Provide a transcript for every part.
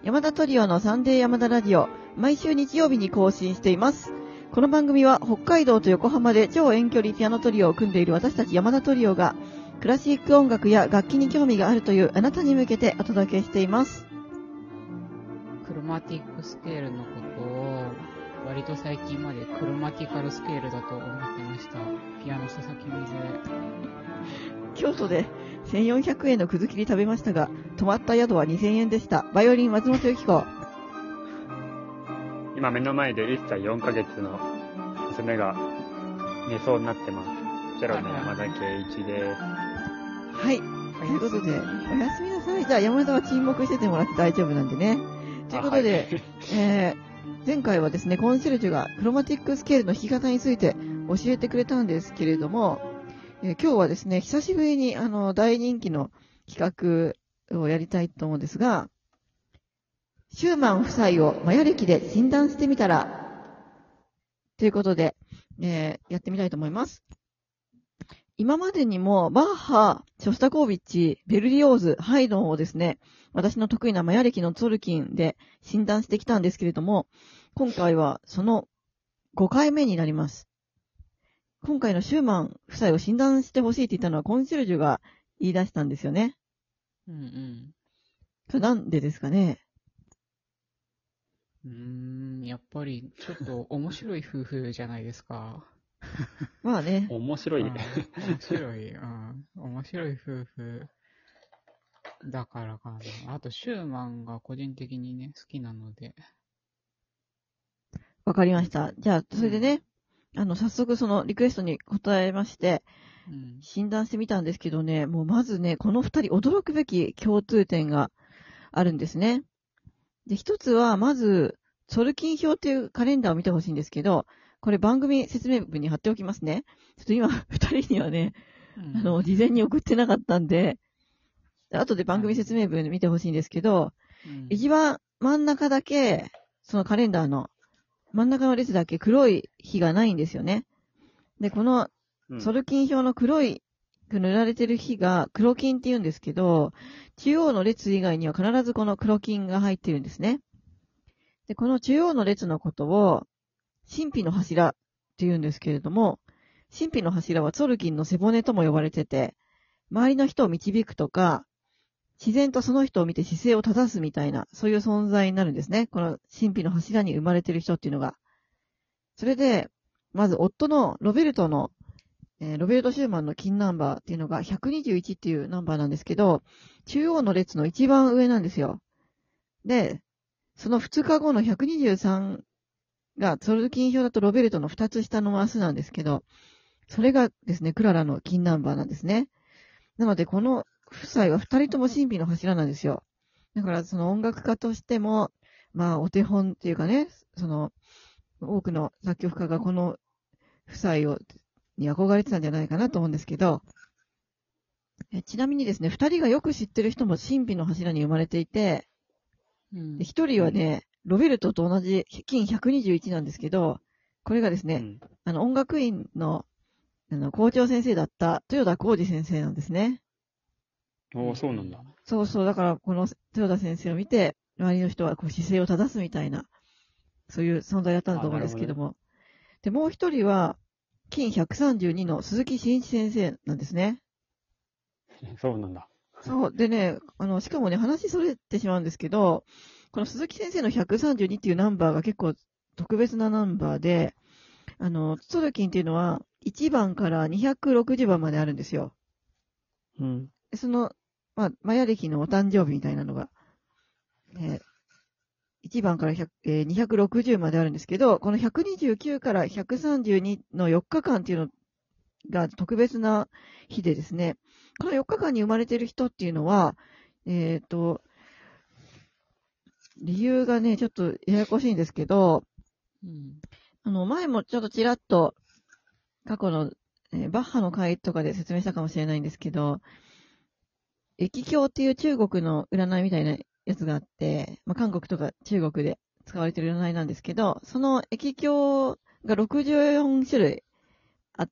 山田トリオのサンデー山田ラジオ、毎週日曜日に更新しています。この番組は北海道と横浜で超遠距離ピアノトリオを組んでいる私たち山田トリオが、クラシック音楽や楽器に興味があるというあなたに向けてお届けしています。 クロマティックスケールのことを割と最近までクロマティカルスケールだと思ってました。ピアノ佐々木水。 京都で1400円のくず切り食べましたが、泊まった宿は2000円でした。バイオリン松本由紀子。 今目の前で1歳4ヶ月の娘が寝そうになってます。チェロの山田圭一です。 はい。ということで、おやすみなさい。じゃあ山田は沈黙しててもらって大丈夫なんでね。ということで、はい、前回はですね、コンシェルジュがクロマティックスケールの弾き方について教えてくれたんですけれども、今日はですね、久しぶりに大人気の企画をやりたいと思うんですが、シューマン夫妻をマヤ歴で診断してみたら、ということで、やってみたいと思います。今までにもバッハ、ショスタコービッチ、ベルリオーズ、ハイドンをですね、私の得意なマヤ歴のツォルキンで診断してきたんですけれども、今回はその5回目になります。今回のシューマン夫妻を診断してほしいって言ったのはコンシェルジュが言い出したんですよね。それなんでですかね。 やっぱりちょっと面白い夫婦じゃないですか。 まあね。 面白い。 面白い夫婦だからかな。あとシューマンが個人的にね、好きなので。 わかりました。じゃあ、それでね、早速そのリクエストに答えまして、診断してみたんですけどね、もうまずね、この二人驚くべき共通点があるんですね。で、一つは、まず、ソルキン表っていうカレンダーを見てほしいんですけど、これ番組説明文に貼っておきますね。ちょっと今、二人にはね、事前に送ってなかったんで、後で番組説明文見てほしいんですけど、一番真ん中だけ、そのカレンダーの真ん中の列だけ黒い日がないんですよね。で、このソルキン表の黒い塗られてる日が黒金って言うんですけど、中央の列以外には必ずこの黒金が入ってるんですね。で、この中央の列のことを神秘の柱って言うんですけれども、神秘の柱はツォルキンの背骨とも呼ばれてて、周りの人を導くとか、自然とその人を見て姿勢を正すみたいな、そういう存在になるんですね。この神秘の柱に生まれてる人っていうのが。それで、まず夫のロベルトの、ロベルト・シューマンの金ナンバーっていうのが121っていうナンバーなんですけど、中央の列の一番上なんですよ。で、その2日後の123がツォルキン表だとロベルトの2つ下のマスなんですけど、それがですね、クララの金ナンバーなんですね。なので、この夫妻は2人とも神秘の柱なんですよ。だから、その音楽家としても、まあ、お手本っていうかね、その、多くの作曲家がこの夫妻に憧れてたんじゃないかなと思うんですけど、ちなみにですね、2人がよく知ってる人も神秘の柱に生まれていて、1人はね、ロベルトと同じ金121なんですけど、これがですね、音楽院の校長先生だった豊田浩二先生なんですね。 そうなんだ。 そうそう、だからこの豊田先生を見て、周りの人はこう姿勢を正すみたいな、そういう存在だったんだと思うんですけども。ね、で、もう一人は、金132の鈴木真一先生なんですね。 そうなんだ。 そう。でね、しかもね、話それてしまうんですけど、この鈴木先生の132っていうナンバーが結構特別なナンバーで、ツォルキンっていうのは1番から260番まであるんですよ。その、まあ、マヤ歴のお誕生日みたいなのが、1番から260まであるんですけど、この129から132の4日間っていうのが特別な日でですね、この4日間に生まれている人っていうのは、理由がね、ちょっとややこしいんですけど、前もちょっとちらっと過去の、バッハの回とかで説明したかもしれないんですけど、易経っていう中国の占いみたいなやつがあって、まあ、韓国とか中国で使われている占いなんですけど、その易経が64種類あって、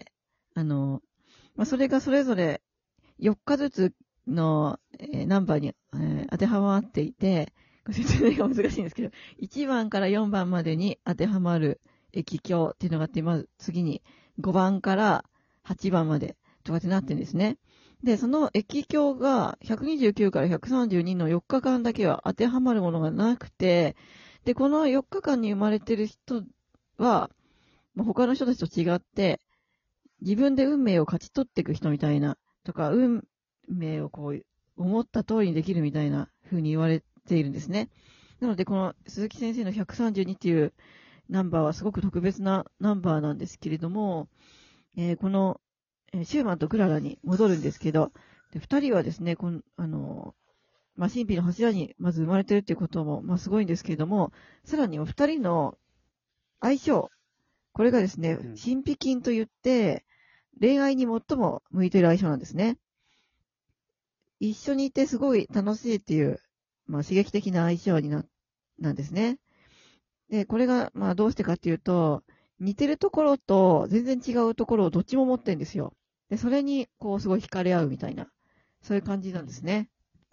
まあ、それがそれぞれ4日ずつの、ナンバーに、当てはまっていて、 説明が難しいんですけど、1番から4番までに当てはまる駅境っていうのがあって、まず次に5番から8番までとかってなってるんですね。で、その駅境が129から132の4日間だけは当てはまるものがなくて、で、この4日間に生まれてる人は、他の人たちと違って、自分で運命を勝ち取っていく人みたいな、とか、運命をこう、思った通りにできるみたいな風に言われているんですね。なので、この鈴木先生の132っていうナンバーはすごく特別なナンバーなんですけれども、この、シューマンとクララに戻るんですけど、二人はですね、神秘の柱にまず生まれてるっていうことも、すごいんですけれども、さらにお二人の相性、これがですね、神秘金と言って、恋愛に最も向いている相性なんですね。一緒にいてすごい楽しいっていう、刺激的な相性なんですね。で、これが、どうしてかっていうと、似てるところと全然違うところをどっちも持ってるんですよ。で、それに、すごい惹かれ合うみたいな、そういう感じなんですね。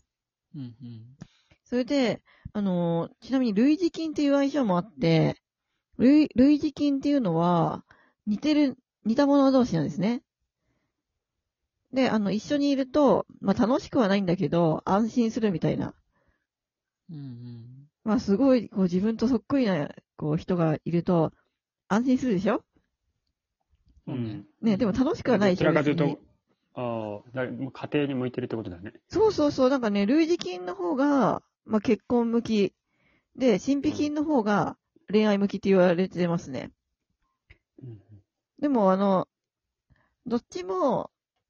それで、ちなみに類似菌っていう相性もあって、類似菌っていうのは、似た者同士なんですね。で、一緒にいると、楽しくはないんだけど、安心するみたいな。すごい、自分とそっくりな、人がいると、安心するでしょ？ね、でも楽しくはないでしょ。 どちらかというと、家庭に向いてるってことだね。 そう、なんかね、類似菌の方が、結婚向き、で、神秘菌の方が恋愛向きって言われてますね。でも、どっちも、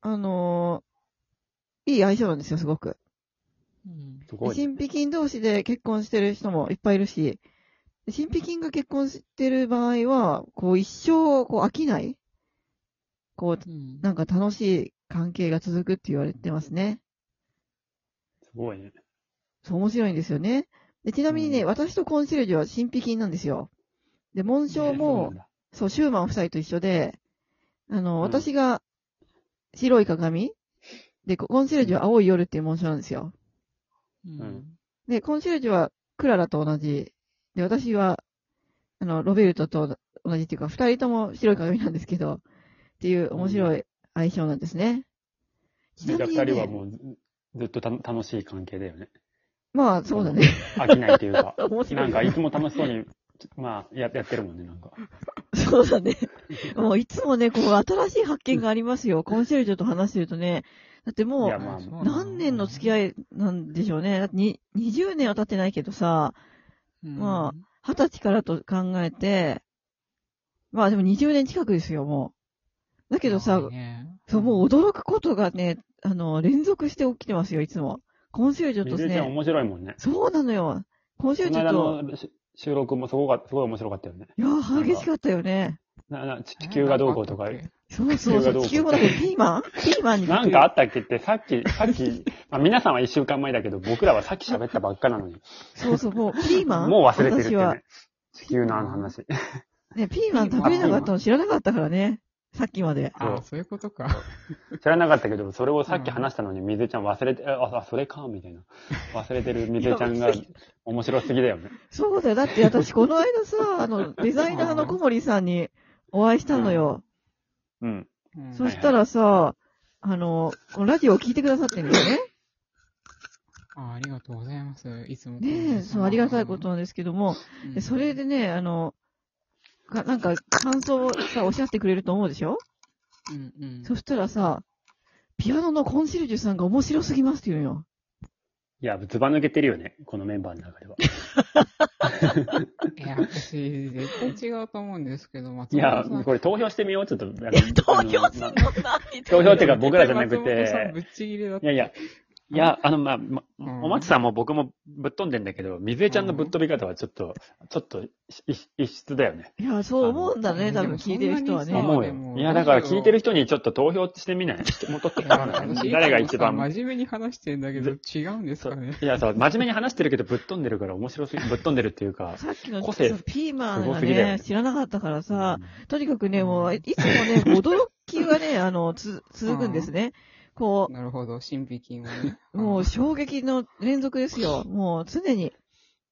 いい相性なんですよ、すごく。 すごい。 神秘菌同士で結婚してる人もいっぱいいるし、神秘菌が結婚してる場合は、一生、飽きない、なんか楽しい関係が続くって言われてますね。 すごいね。 そう、面白いんですよね。で、ちなみにね、私とコンシェルジュは神秘菌なんですよ。で、紋章も、そう、シューマン夫妻と一緒で、私が白い鏡で、コンシェルジュは青い夜っていう紋章なんですよ。で、コンシェルジュはクララと同じ。で、私は、ロベルトと同じっていうか、二人とも白い鏡なんですけど、っていう面白い相性なんですね。 ちなみに、ね、二人はもうずっと楽しい関係だよね。 そうだね。 飽きないというか、 なんかいつも楽しそうに、やってるもんね、なんか。 そうだね。もういつもね、新しい発見がありますよ。コンシェルジュと話してるとね。だってもう、何年の付き合いなんでしょうね。だって20年は経ってないけどさ、20歳からと考えて、でも20年近くですよ、もう。だけどさ、そう、もう驚くことがね、連続して起きてますよ、いつも。コンシェルジュとね。 水江ちゃん面白いもんね。 そうなのよ。コンシェルジュと。 この間の収録もすごい面白かったよね。 いやー、激しかったよね。 地球がどうこうとか。 そう、地球もだけどピーマンになんかあったっけって、さっき、皆さんは1週間前だけど、僕らはさっき喋ったばっかなのに。 そう、もう、ピーマンもう忘れてるってね。地球の話。 ね、ピーマン食べれなかったの知らなかったからね。さっきまで。 そういうことか。 知らなかったけど、それをさっき話したのに、水江ちゃん忘れて、それか、みたいな。忘れてる水江ちゃんが面白すぎだよね。 そうだよ。だって私、この間さ、デザイナーの小森さんにお会いしたのよ。そしたらさ、このラジオを聞いてくださってるんですよね。 ありがとうございます。いつも。 ねえ、そう、ありがたいことなんですけども、それでね、なんか、感想をさ、おっしゃってくれると思うでしょ？そしたらさ、ピアノのコンシェルジュさんが面白すぎますって言うよ。 いや、ずば抜けてるよね、このメンバーの中では。 いや、私、絶対違うと思うんですけど、 いや、これ投票してみよう、ちょっと。 投票するの投票っていうか僕らじゃなくて、 ぶっちぎりだった。 いや、お松さんも僕もぶっ飛んでんだけど、水江ちゃんのぶっ飛び方はちょっと異質だよね。 いや、そう思うんだね、多分聞いてる人はね。 思うよ。いや、だから聞いてる人にちょっと投票してみない？もう取ってから誰が一番。 真面目に話してんだけど、違うんですかね。 いや、そう、真面目に話してるけどぶっ飛んでるから面白すぎ、ぶっ飛んでるっていうか、 さっきの個性ピーマンがね、知らなかったからさ、とにかくね、もう、いつもね、驚きがね、続くんですね。 なるほど、神秘菌はね。 もう衝撃の連続ですよ。もう常に。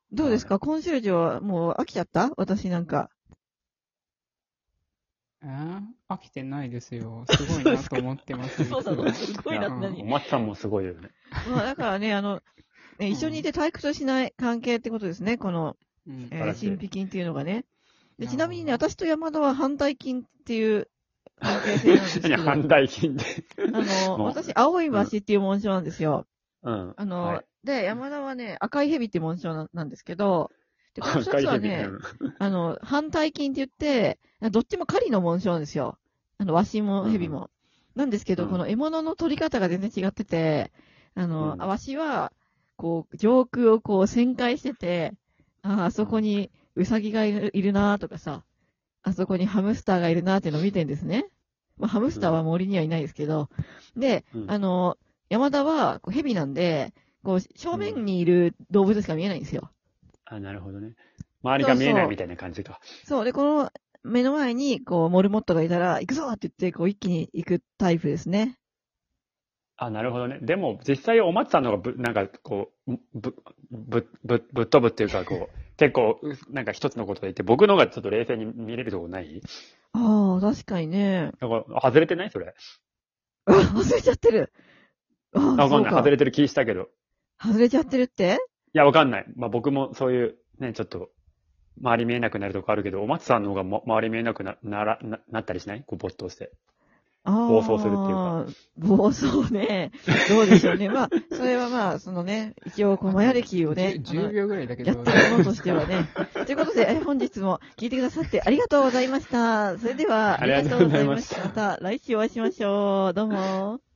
どうですか、コンシェルジュはもう飽きちゃった？私なんか。 飽きてないですよ。すごいなと思ってます。 そうなの？すごいなって何？ お松さんもすごいよね。 まあだからね、一緒にいて退屈しない関係ってことですね、この、神秘菌っていうのがね。でちなみにね、私と山田は反対菌っていう関係性なんですけど。 反対菌で。 私、青い鷲っていう紋章なんですよ。 うん。 で、山田はね、赤い蛇っていう紋章なんですけど、で、この二つはね、反対菌って言って、どっちも狩りの紋章なんですよ。鷲も蛇も。なんですけど、この獲物の取り方が全然違ってて、鷲は、こう、上空をこう旋回してて、あそこにウサギがいるなとかさ、あそこにハムスターがいるなっていうのを見てるんですね。まあ、ハムスターは森にはいないですけど。で、山田はこう蛇なんで、こう、正面にいる動物しか見えないんですよ。 なるほどね。周りが見えないみたいな感じか。 そう。で、この目の前に、こう、モルモットがいたら、行くぞって言って、こう、一気に行くタイプですね。 なるほどね。でも、実際お松さんの方がなんか、こう、ぶっ飛ぶっていうか、こう、結構、なんか一つのことで言って、僕の方がちょっと冷静に見れるとこない？ 確かにね。 だから、外れてないそれ。 外れちゃってる。 わかんない。外れてる気したけど。 外れちゃってるって？ いや、わかんない。まあ僕もそういう、ね、ちょっと、周り見えなくなるとこあるけど、お松さんの方が周り見えなくなったりしない？こう、没頭して。暴走するっていうか。 暴走ね。どうでしょうね。まあ、それはまあ、そのね、一応、こう、マヤ歴をね、 10秒ぐらいだけど。 やったものとしてはね。ということで、本日も聞いてくださってありがとうございました。それでは、 ありがとうございました。 また来週お会いしましょう。どうも。